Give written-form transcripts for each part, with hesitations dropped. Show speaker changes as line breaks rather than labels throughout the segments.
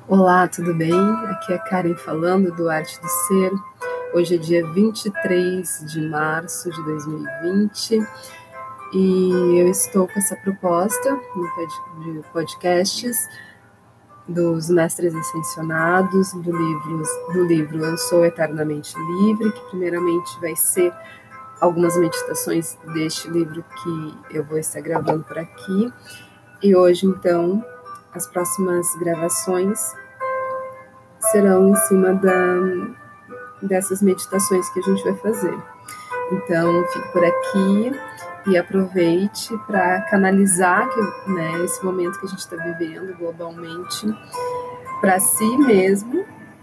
Olá, tudo bem? Aqui é a Karen falando do Arte do Ser. Hoje é dia 23 de março de 2020 e eu estou com essa proposta de podcasts dos Mestres Ascensionados, do livro Eu Sou Eternamente Livre, que primeiramente vai ser algumas meditações deste livro que eu vou estar gravando por aqui. E hoje, então, as próximas gravações serão em cima dessas meditações que a gente vai fazer. Então, fique por aqui e aproveite para canalizar esse momento que a gente está vivendo globalmente para si mesmo,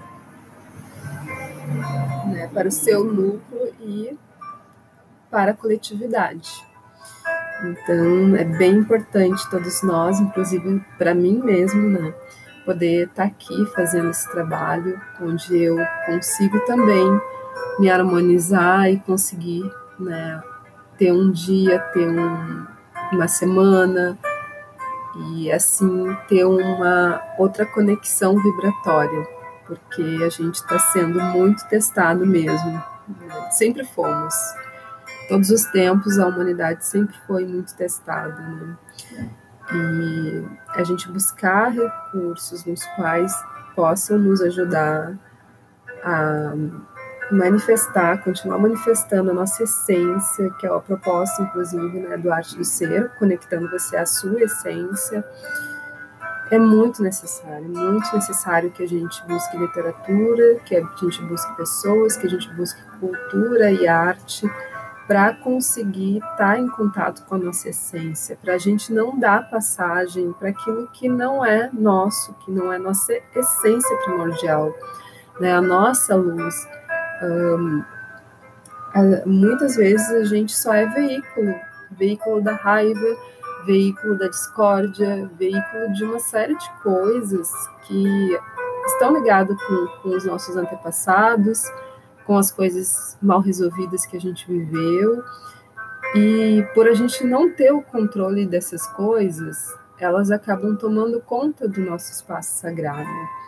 para o seu núcleo e para a coletividade. Então, é bem importante todos nós, inclusive para mim mesmo, poder estar aqui fazendo esse trabalho, onde eu consigo também me harmonizar e conseguir, ter um dia, ter uma semana e assim ter uma outra conexão vibratória, porque a gente está sendo muito testado mesmo, sempre fomos. Todos os tempos a humanidade sempre foi muito testada, E a gente buscar recursos nos quais possam nos ajudar a manifestar, continuar manifestando a nossa essência, que é a proposta, inclusive, do Arte do Ser, conectando você à sua essência. É muito necessário que a gente busque literatura, que a gente busque pessoas, que a gente busque cultura e arte, para conseguir estar em contato com a nossa essência, para a gente não dar passagem para aquilo que não é nosso, que não é nossa essência primordial, a nossa luz. Muitas vezes a gente só é veículo da raiva, veículo da discórdia, veículo de uma série de coisas que estão ligadas com os nossos antepassados, com as coisas mal resolvidas que a gente viveu, e por a gente não ter o controle dessas coisas, elas acabam tomando conta do nosso espaço sagrado.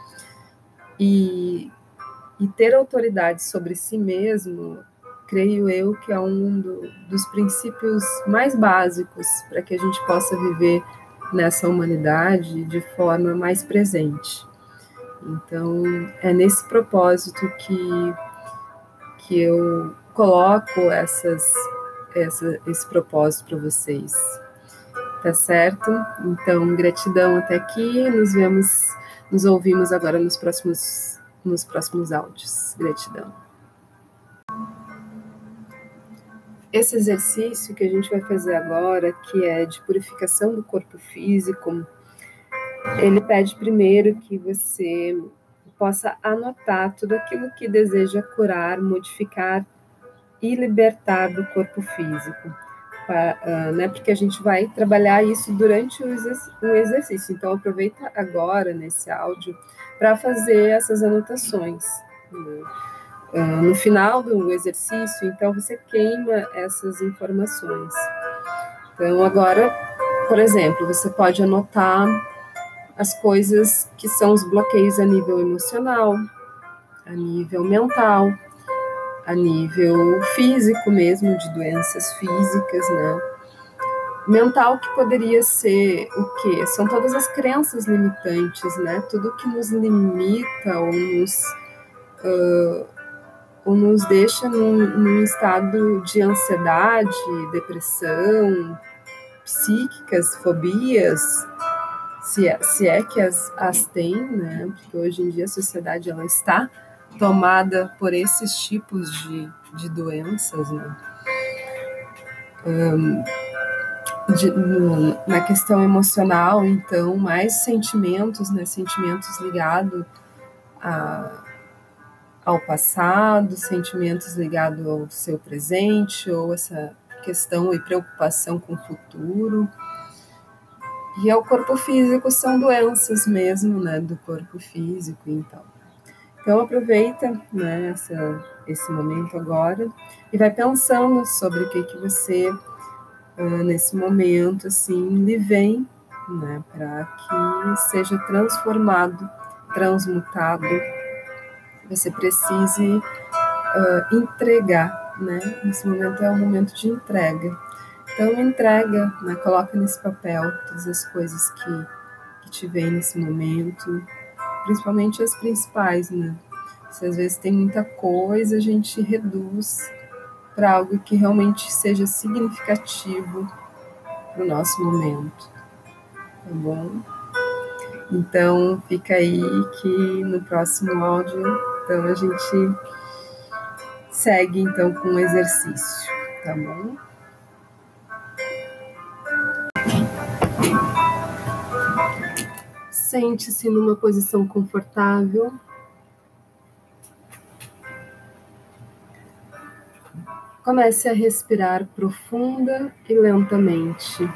E ter autoridade sobre si mesmo, creio eu que é um dos princípios mais básicos para que a gente possa viver nessa humanidade de forma mais presente. Então, é nesse propósito que eu coloco esse propósito para vocês. Tá certo? Então, gratidão até aqui. Nos ouvimos agora nos próximos áudios. Gratidão. Esse exercício que a gente vai fazer agora, que é de purificação do corpo físico, ele pede primeiro que você possa anotar tudo aquilo que deseja curar, modificar e libertar do corpo físico, porque a gente vai trabalhar isso durante o exercício. Então, aproveita agora, nesse áudio, para fazer essas anotações. No final do exercício, então, você queima essas informações. Então, agora, por exemplo, você pode anotar as coisas que são os bloqueios a nível emocional, a nível mental, a nível físico mesmo, de doenças físicas, Mental, que poderia ser o quê? São todas as crenças limitantes, Tudo que nos limita ou nos deixa num estado de ansiedade, depressão, psíquicas, fobias, se é que as tem, Porque hoje em dia a sociedade ela está tomada por esses tipos de doenças, na questão emocional, então, mais sentimentos, Sentimentos ligados ao passado, sentimentos ligados ao seu presente, ou essa questão e preocupação com o futuro. E ao corpo físico são doenças mesmo, do corpo físico, Então aproveita, esse momento agora e vai pensando sobre o que você, nesse momento, assim, lhe vem, para que seja transformado transmutado, você precise entregar, né? Nesse momento é um momento de entrega. Então entrega, né? Coloca nesse papel todas as coisas que te vêm nesse momento, principalmente as principais, né? Se às vezes tem muita coisa, a gente reduz para algo que realmente seja significativo para o nosso momento, tá bom? Então fica aí que no próximo áudio, então a gente segue então com o exercício, tá bom? Sente-se numa posição confortável. Comece a respirar profunda e lentamente.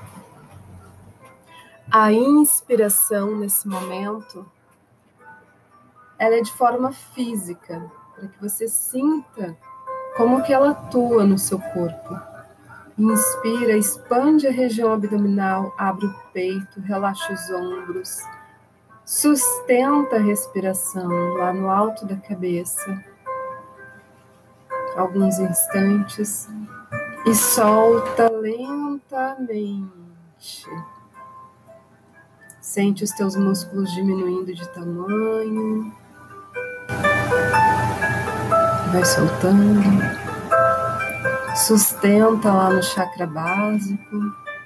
A inspiração nesse momento, ela é de forma física, para que você sinta como que ela atua no seu corpo. Inspira, expande a região abdominal, abre o peito, relaxa os ombros, sustenta a respiração lá no alto da cabeça, alguns instantes, e solta lentamente. Sente os teus músculos diminuindo de tamanho, vai soltando. Sustenta lá no chakra básico.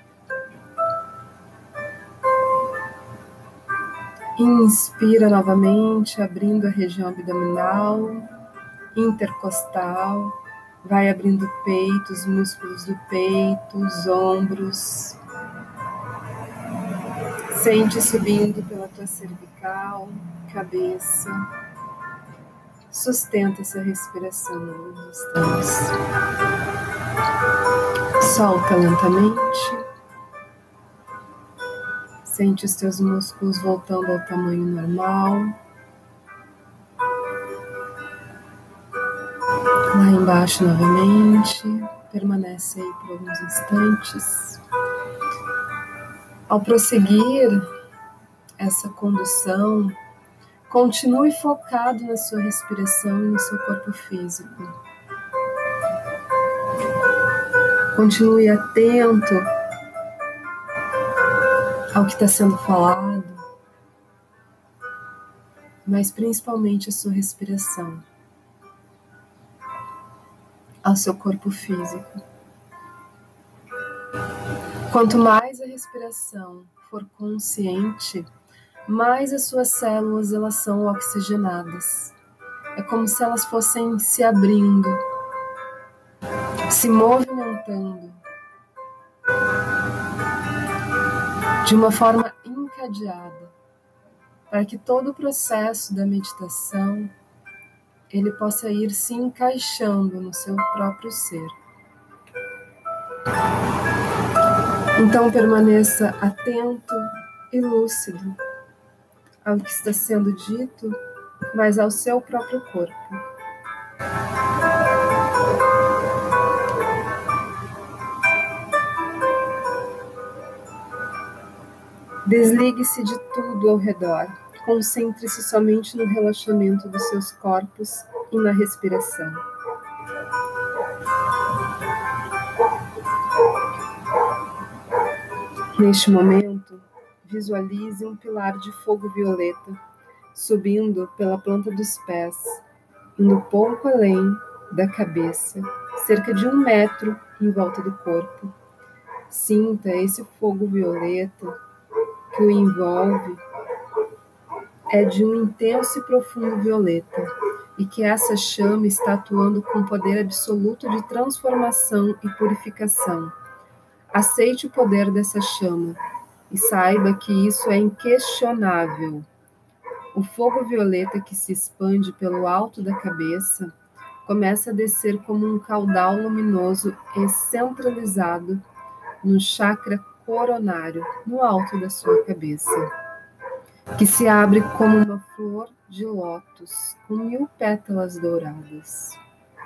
Inspira novamente, abrindo a região abdominal, intercostal. Vai abrindo o peito, os músculos do peito, os ombros. Sente subindo pela tua cervical, cabeça. Sustenta essa respiração nos instantes. Solta lentamente. Sente os teus músculos voltando ao tamanho normal. Lá embaixo novamente. Permanece aí por alguns instantes. Ao prosseguir essa condução, continue focado na sua respiração e no seu corpo físico. Continue atento ao que está sendo falado, mas principalmente a sua respiração, ao seu corpo físico. Quanto mais a respiração for consciente, mais as suas células elas são oxigenadas. É como se elas fossem se abrindo, se movimentando de uma forma encadeada, para que todo o processo da meditação ele possa ir se encaixando no seu próprio ser. Então permaneça atento e lúcido ao que está sendo dito, mas ao seu próprio corpo. Desligue-se de tudo ao redor. Concentre-se somente no relaxamento dos seus corpos e na respiração. Neste momento, visualize um pilar de fogo violeta subindo pela planta dos pés, indo pouco além da cabeça, cerca de 1 metro em volta do corpo. Sinta esse fogo violeta que o envolve, é de um intenso e profundo violeta, e que essa chama está atuando com poder absoluto de transformação e purificação. Aceite o poder dessa chama e saiba que isso é inquestionável. O fogo violeta que se expande pelo alto da cabeça começa a descer como um caudal luminoso e centralizado no chakra coronário, no alto da sua cabeça, que se abre como uma flor de lótus com 1000 pétalas douradas.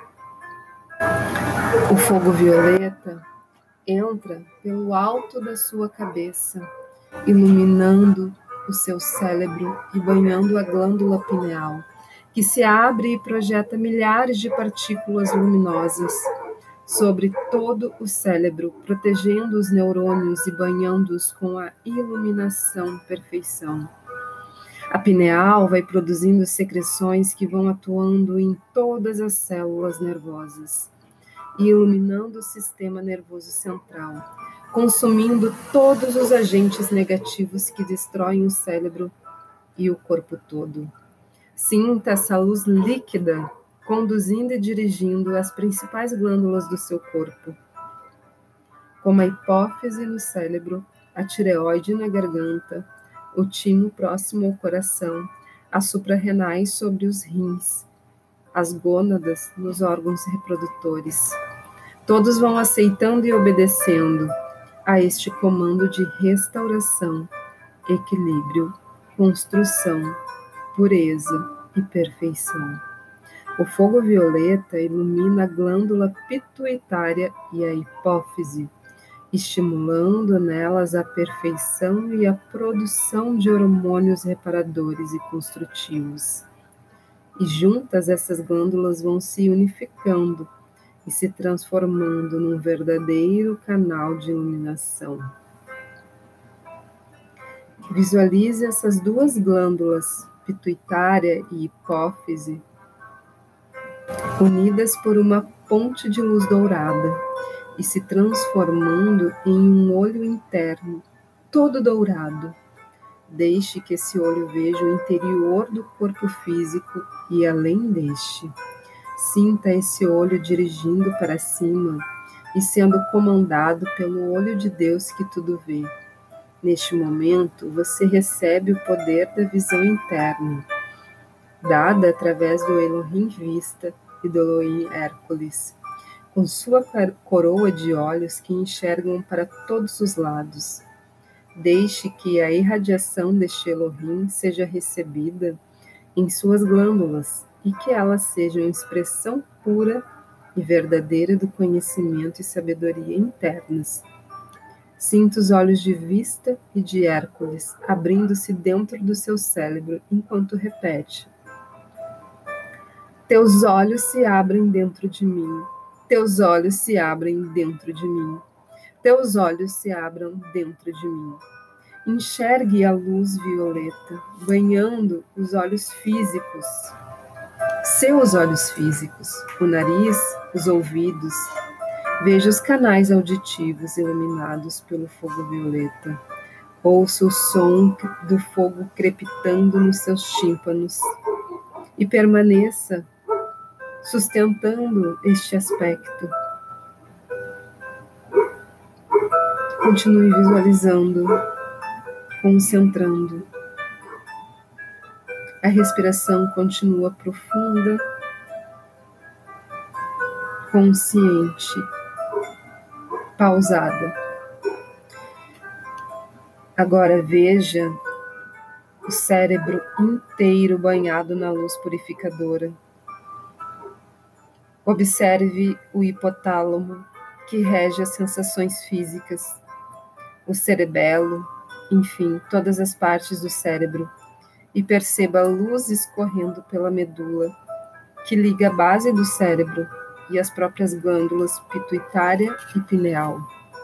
O fogo violeta entra pelo alto da sua cabeça, iluminando o seu cérebro e banhando a glândula pineal, que se abre e projeta milhares de partículas luminosas sobre todo o cérebro, protegendo os neurônios e banhando-os com a iluminação perfeição. A pineal vai produzindo secreções que vão atuando em todas as células nervosas e iluminando o sistema nervoso central, consumindo todos os agentes negativos que destroem o cérebro e o corpo todo. Sinta essa luz líquida conduzindo e dirigindo as principais glândulas do seu corpo, como a hipófise no cérebro, a tireoide na garganta, o timo próximo ao coração, as suprarrenais sobre os rins, as gônadas nos órgãos reprodutores. Todos vão aceitando e obedecendo a este comando de restauração, equilíbrio, construção, pureza e perfeição. O fogo violeta ilumina a glândula pituitária e a hipófise, estimulando nelas a perfeição e a produção de hormônios reparadores e construtivos. E juntas essas glândulas vão se unificando e se transformando num verdadeiro canal de iluminação. Visualize essas duas glândulas, pituitária e hipófise, unidas por uma ponte de luz dourada e se transformando em um olho interno, todo dourado. Deixe que esse olho veja o interior do corpo físico e além deste. Sinta esse olho dirigindo para cima e sendo comandado pelo olho de Deus que tudo vê. Neste momento, você recebe o poder da visão interna, dada através do Elohim Vista e do Elohim Hércules, com sua coroa de olhos que enxergam para todos os lados. Deixe que a irradiação deste Elohim seja recebida em suas glândulas e que elas sejam expressão pura e verdadeira do conhecimento e sabedoria internas. Sinta os olhos de Vista e de Hércules abrindo-se dentro do seu cérebro enquanto repete: teus olhos se abrem dentro de mim, teus olhos se abrem dentro de mim, teus olhos se abram dentro de mim. Enxergue a luz violeta, banhando os olhos físicos, seus olhos físicos, o nariz, os ouvidos. Veja os canais auditivos iluminados pelo fogo violeta. Ouça o som do fogo crepitando nos seus tímpanos e permaneça sustentando este aspecto. Continue visualizando, concentrando. A respiração continua profunda, consciente, pausada. Agora veja o cérebro inteiro banhado na luz purificadora. Observe o hipotálamo, que rege as sensações físicas, o cerebelo, enfim, todas as partes do cérebro, e perceba a luz escorrendo pela medula, que liga a base do cérebro e as próprias glândulas pituitária e pineal.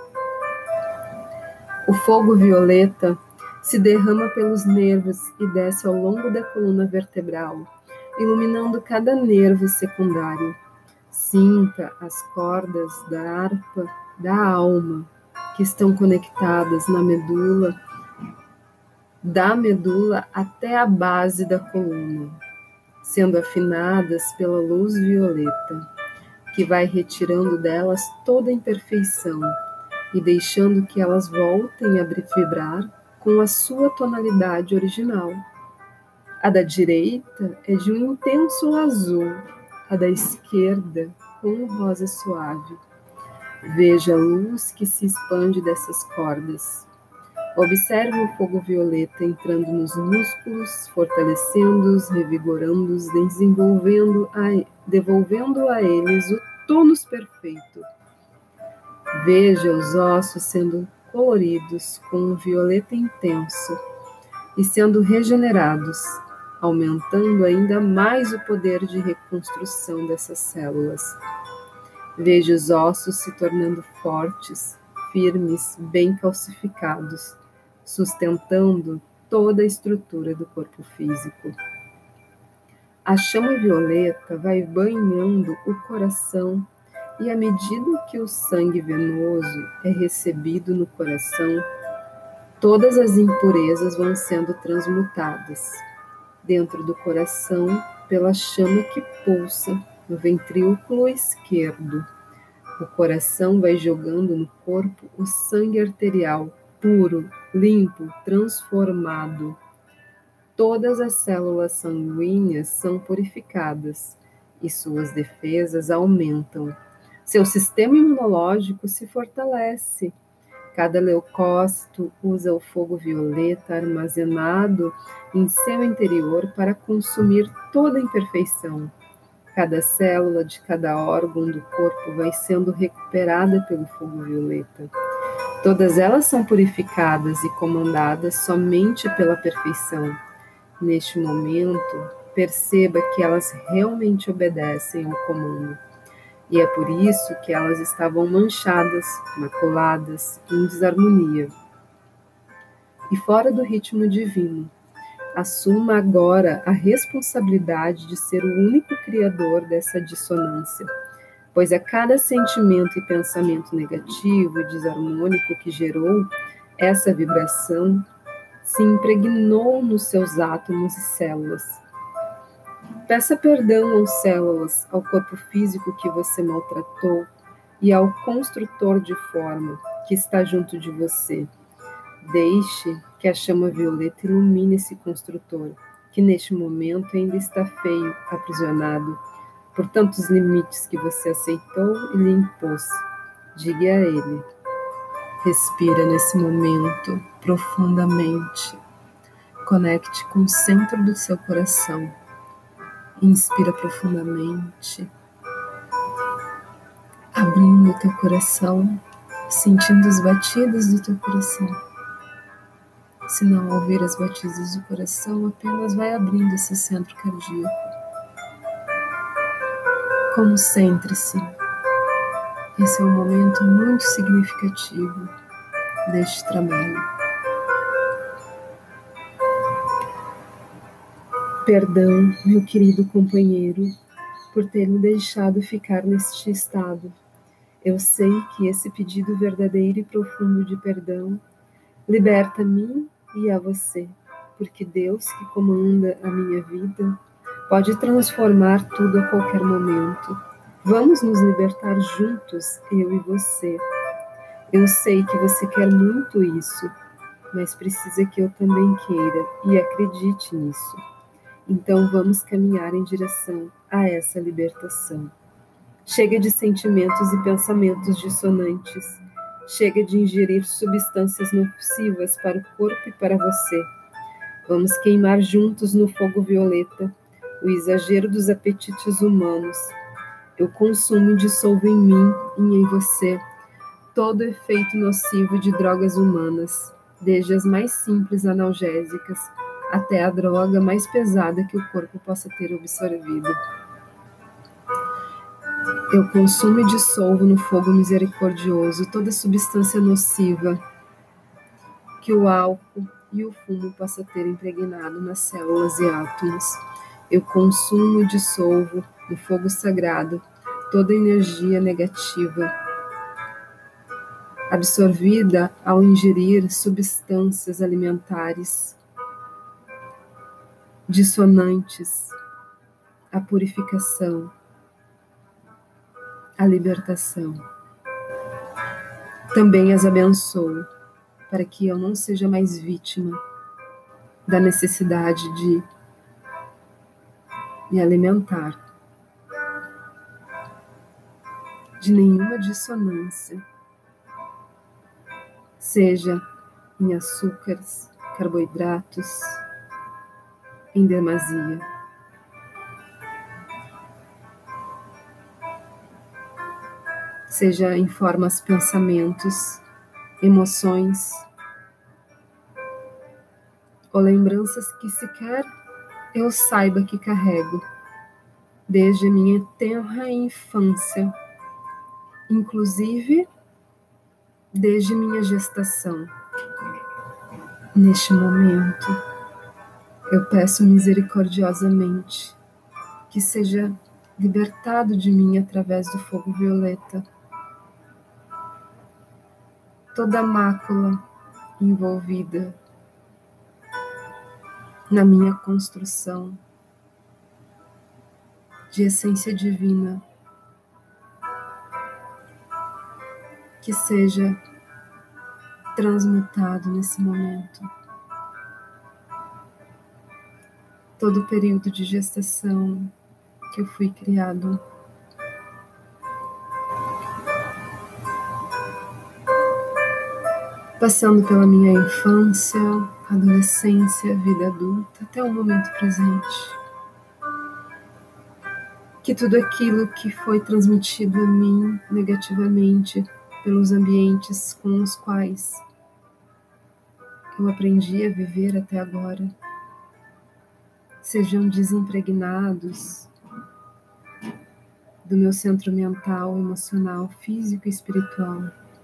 O fogo violeta se derrama pelos nervos e desce ao longo da coluna vertebral, iluminando cada nervo secundário. Sinta as cordas da harpa da alma que estão conectadas na medula, da medula até a base da coluna, sendo afinadas pela luz violeta, que vai retirando delas toda a imperfeição e deixando que elas voltem a vibrar com a sua tonalidade original. A da direita é de um intenso azul, a da esquerda com um rosa suave. Veja a luz que se expande dessas cordas. Observe o fogo violeta entrando nos músculos, fortalecendo-os, revigorando-os, devolvendo a eles o tônus perfeito. Veja os ossos sendo coloridos com um violeta intenso e sendo regenerados, aumentando ainda mais o poder de reconstrução dessas células. Veja os ossos se tornando fortes, firmes, bem calcificados, sustentando toda a estrutura do corpo físico. A chama violeta vai banhando o coração e à medida que o sangue venoso é recebido no coração, todas as impurezas vão sendo transmutadas dentro do coração pela chama que pulsa no ventrículo esquerdo. O coração vai jogando no corpo o sangue arterial puro, limpo, transformado. Todas as células sanguíneas são purificadas e suas defesas aumentam. Seu sistema imunológico se fortalece. Cada leucócito usa o fogo violeta armazenado em seu interior para consumir toda a imperfeição. Cada célula de cada órgão do corpo vai sendo recuperada pelo fogo violeta. Todas elas são purificadas e comandadas somente pela perfeição. Neste momento, perceba que elas realmente obedecem ao comando. E é por isso que elas estavam manchadas, maculadas, em desarmonia. E fora do ritmo divino. Assuma agora a responsabilidade de ser o único criador dessa dissonância, pois a cada sentimento e pensamento negativo e desarmônico que gerou essa vibração se impregnou nos seus átomos e células. Peça perdão às células, ao corpo físico que você maltratou e ao construtor de forma que está junto de você. Deixe que a chama violeta ilumine esse construtor, que neste momento ainda está feio, aprisionado por tantos limites que você aceitou e lhe impôs. Diga a ele. Respira nesse momento profundamente. Conecte com o centro do seu coração. Inspira profundamente, abrindo o teu coração, sentindo os batidos do teu coração. Se não ouvir as batidas do coração, apenas vai abrindo esse centro cardíaco. Concentre-se. Esse é um momento muito significativo deste trabalho. Perdão, meu querido companheiro, por ter me deixado ficar neste estado. Eu sei que esse pedido verdadeiro e profundo de perdão liberta a mim e a você, porque Deus, que comanda a minha vida, pode transformar tudo a qualquer momento. Vamos nos libertar juntos, eu e você. Eu sei que você quer muito isso, mas precisa que eu também queira e acredite nisso. Então vamos caminhar em direção a essa libertação. Chega de sentimentos e pensamentos dissonantes. Chega de ingerir substâncias nocivas para o corpo e para você. Vamos queimar juntos no fogo violeta o exagero dos apetites humanos. Eu consumo e dissolvo em mim e em você todo o efeito nocivo de drogas humanas, desde as mais simples analgésicas até a droga mais pesada que o corpo possa ter absorvido. Eu consumo e dissolvo no fogo misericordioso toda substância nociva que o álcool e o fumo possa ter impregnado nas células e átomos. Eu consumo e dissolvo no fogo sagrado toda energia negativa absorvida ao ingerir substâncias alimentares dissonantes, a purificação, a libertação. Também as abençoo, para que eu não seja mais vítima da necessidade de me alimentar, de nenhuma dissonância, seja em açúcares, carboidratos, em demasia. Seja em formas, pensamentos, emoções ou lembranças que sequer eu saiba que carrego, desde a minha tenra infância, inclusive desde minha gestação. Neste momento, eu peço misericordiosamente que seja libertado de mim através do fogo violeta toda a mácula envolvida na minha construção de essência divina, que seja transmutado nesse momento. Todo o período de gestação que eu fui criado, passando pela minha infância, adolescência, vida adulta, até o momento presente. Que tudo aquilo que foi transmitido a mim negativamente pelos ambientes com os quais eu aprendi a viver até agora, sejam desimpregnados do meu centro mental, emocional, físico e espiritual.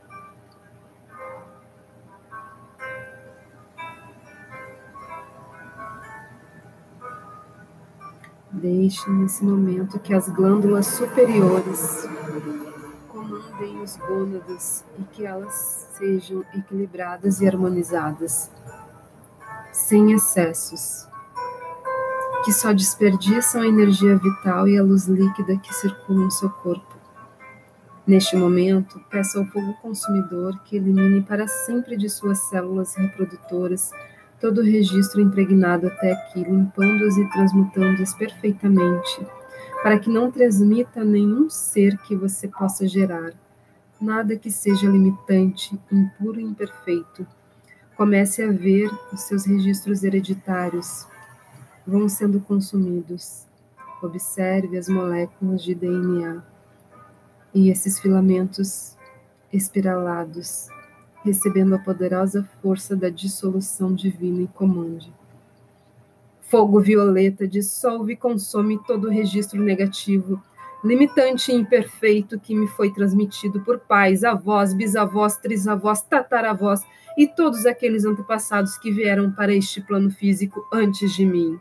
Deixe nesse momento que as glândulas superiores comandem os gônadas e que elas sejam equilibradas e harmonizadas, sem excessos, que só desperdiçam a energia vital e a luz líquida que circula no seu corpo. Neste momento, peço ao fogo consumidor que elimine para sempre de suas células reprodutoras todo o registro impregnado até aqui, limpando-as e transmutando-as perfeitamente, para que não transmita nenhum ser que você possa gerar, nada que seja limitante, impuro e imperfeito. Comece a ver os seus registros hereditários vão sendo consumidos. Observe as moléculas de DNA e esses filamentos espiralados, recebendo a poderosa força da dissolução divina e comande. Fogo violeta dissolve e consome todo o registro negativo, limitante e imperfeito que me foi transmitido por pais, avós, bisavós, trisavós, tataravós e todos aqueles antepassados que vieram para este plano físico antes de mim.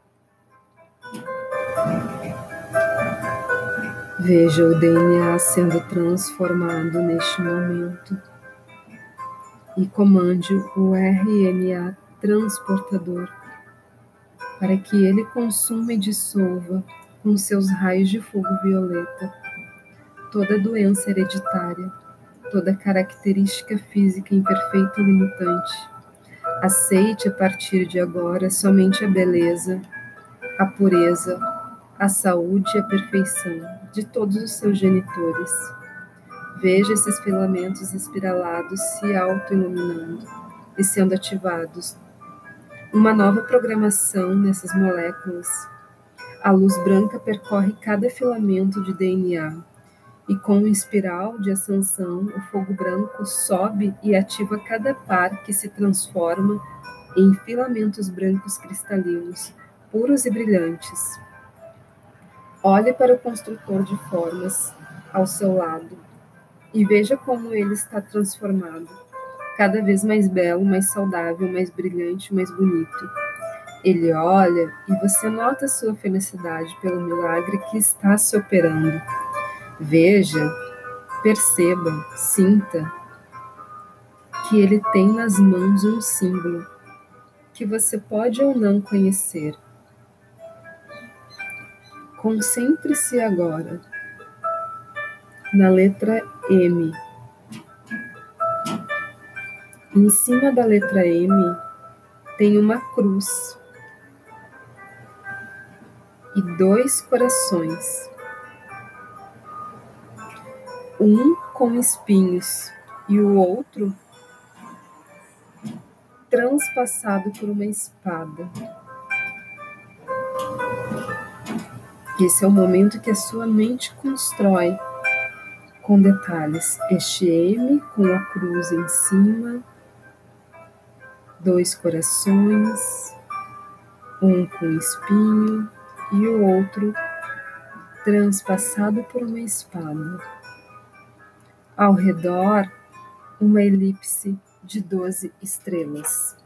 Veja o DNA sendo transformado neste momento e comande o RNA transportador para que ele consuma e dissolva com seus raios de fogo violeta toda doença hereditária, toda característica física imperfeita e limitante. Aceite a partir de agora somente a beleza, a pureza, a saúde e a perfeição de todos os seus genitores. Veja esses filamentos espiralados se auto-iluminando e sendo ativados. Uma nova programação nessas moléculas. A luz branca percorre cada filamento de DNA e com um espiral de ascensão, o fogo branco sobe e ativa cada par que se transforma em filamentos brancos cristalinos, puros e brilhantes. Olhe para o construtor de formas ao seu lado e veja como ele está transformado, cada vez mais belo, mais saudável, mais brilhante, mais bonito. Ele olha e você nota sua felicidade pelo milagre que está se operando. Veja, perceba, sinta que ele tem nas mãos um símbolo que você pode ou não conhecer. Concentre-se agora na letra M. Em cima da letra M tem uma cruz e 2 corações. Um com espinhos e o outro transpassado por uma espada. Esse é o momento que a sua mente constrói com detalhes este M com a cruz em cima 2 corações, um com espinho e o outro transpassado por uma espada. Ao redor, uma elipse de 12 estrelas.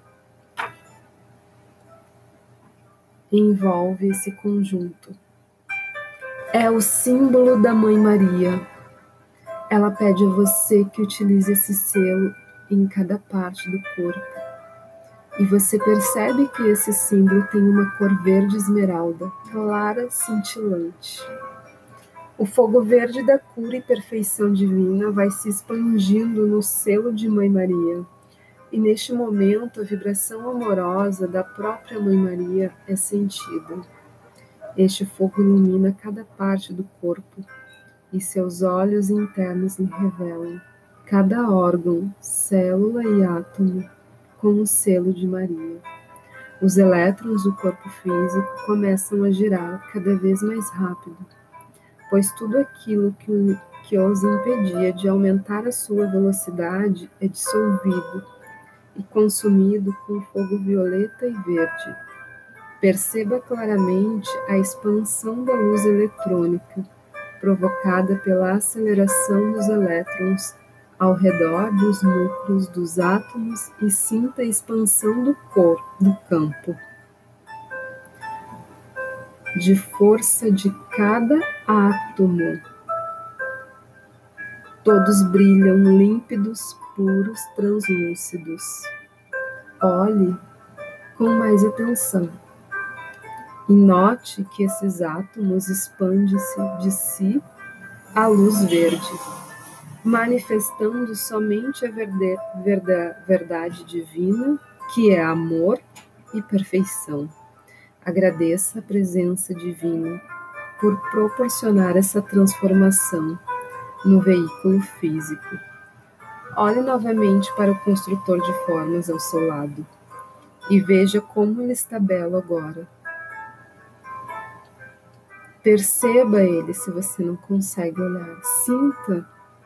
Envolve esse conjunto. É o símbolo da Mãe Maria. Ela pede a você que utilize esse selo em cada parte do corpo. E você percebe que esse símbolo tem uma cor verde esmeralda, clara, cintilante. O fogo verde da cura e perfeição divina vai se expandindo no selo de Mãe Maria. E neste momento, a vibração amorosa da própria Mãe Maria é sentida. Este fogo ilumina cada parte do corpo e seus olhos internos lhe revelam cada órgão, célula e átomo com o selo de Maria. Os elétrons do corpo físico começam a girar cada vez mais rápido, pois tudo aquilo que os impedia de aumentar a sua velocidade é dissolvido e consumido com fogo violeta e verde. Perceba claramente a expansão da luz eletrônica, provocada pela aceleração dos elétrons ao redor dos núcleos dos átomos e sinta a expansão do campo de força de cada átomo. Todos brilham límpidos, puros, translúcidos. Olhe com mais atenção e note que esses átomos expandem-se de si a luz verde, manifestando somente a verdade divina, que é amor e perfeição. Agradeça a presença divina por proporcionar essa transformação no veículo físico. Olhe novamente para o construtor de formas ao seu lado e veja como ele está belo agora. Perceba ele se você não consegue olhar. Sinta.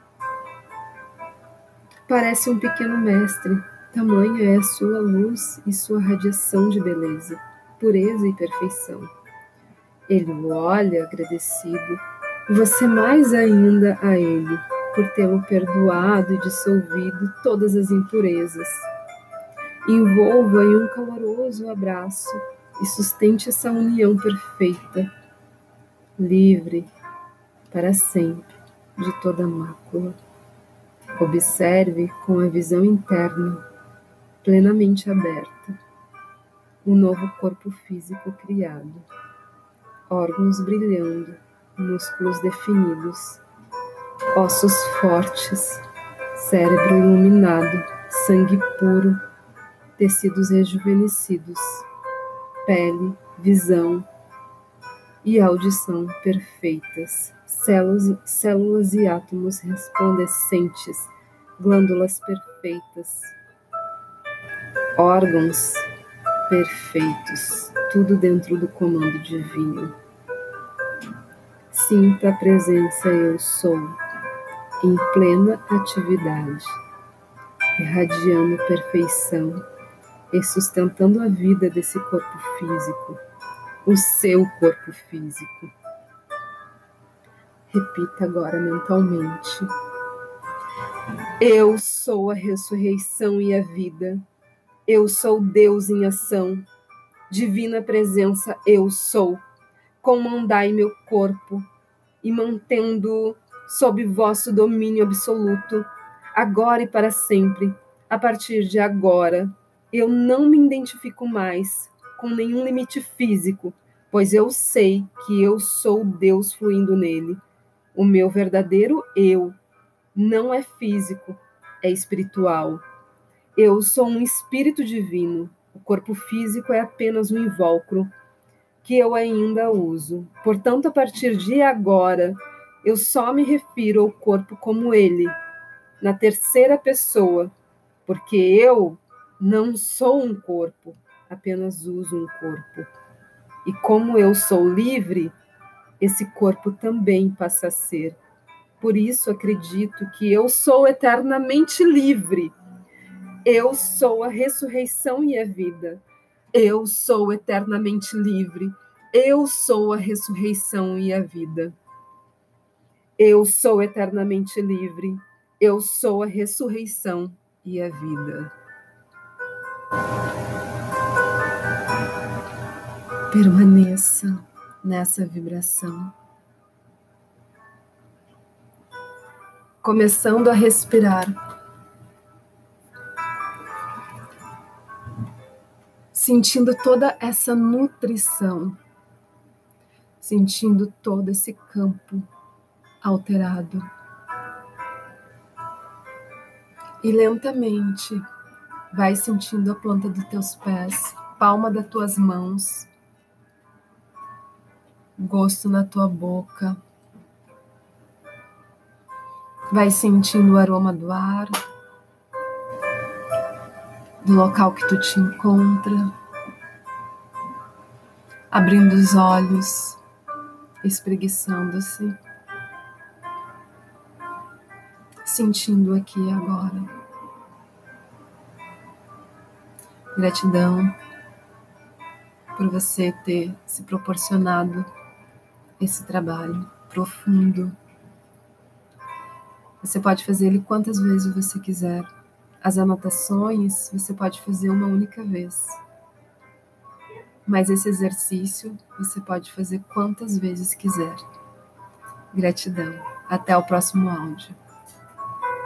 Parece um pequeno mestre. Tamanha é a sua luz e sua radiação de beleza, pureza e perfeição. Ele o olha agradecido e você mais ainda a ele por tê-lo perdoado e dissolvido todas as impurezas. Envolva em um caloroso abraço e sustente essa união perfeita, livre para sempre de toda mácula. Observe com a visão interna plenamente aberta o novo corpo físico criado, órgãos brilhando, músculos definidos, ossos fortes, cérebro iluminado, sangue puro, tecidos rejuvenescidos, pele, visão e audição perfeitas, células e átomos resplandecentes, glândulas perfeitas, órgãos perfeitos, tudo dentro do comando divino. Sinta a presença Eu Sou em plena atividade, irradiando perfeição e sustentando a vida desse corpo físico, o seu corpo físico. Repita agora mentalmente: Eu sou a ressurreição e a vida. Eu sou Deus em ação. Divina presença, eu sou. Comandai meu corpo e mantendo-o sob vosso domínio absoluto, agora e para sempre. A partir de agora, eu não me identifico mais com nenhum limite físico, pois eu sei que eu sou Deus fluindo nele. O meu verdadeiro eu não é físico, é espiritual. Eu sou um espírito divino. O corpo físico é apenas um invólucro que eu ainda uso. Portanto, a partir de agora, eu só me refiro ao corpo como ele, na terceira pessoa, porque eu não sou um corpo, apenas uso um corpo. E como eu sou livre, esse corpo também passa a ser. Por isso acredito que eu sou eternamente livre. Eu sou a ressurreição e a vida. Eu sou eternamente livre. Eu sou a ressurreição e a vida. Eu sou eternamente livre. Eu sou a ressurreição e a vida. Permaneça nessa vibração. Começando a respirar. Sentindo toda essa nutrição. Sentindo todo esse campo alterado. E lentamente vai sentindo a planta dos teus pés, palma das tuas mãos, gosto na tua boca. Vai sentindo o aroma do ar, do local que tu te encontra, abrindo os olhos, espreguiçando-se, sentindo aqui e agora. Gratidão por você ter se proporcionado esse trabalho profundo. Você pode fazer ele quantas vezes você quiser. As anotações você pode fazer uma única vez. Mas esse exercício você pode fazer quantas vezes quiser. Gratidão. Até o próximo áudio.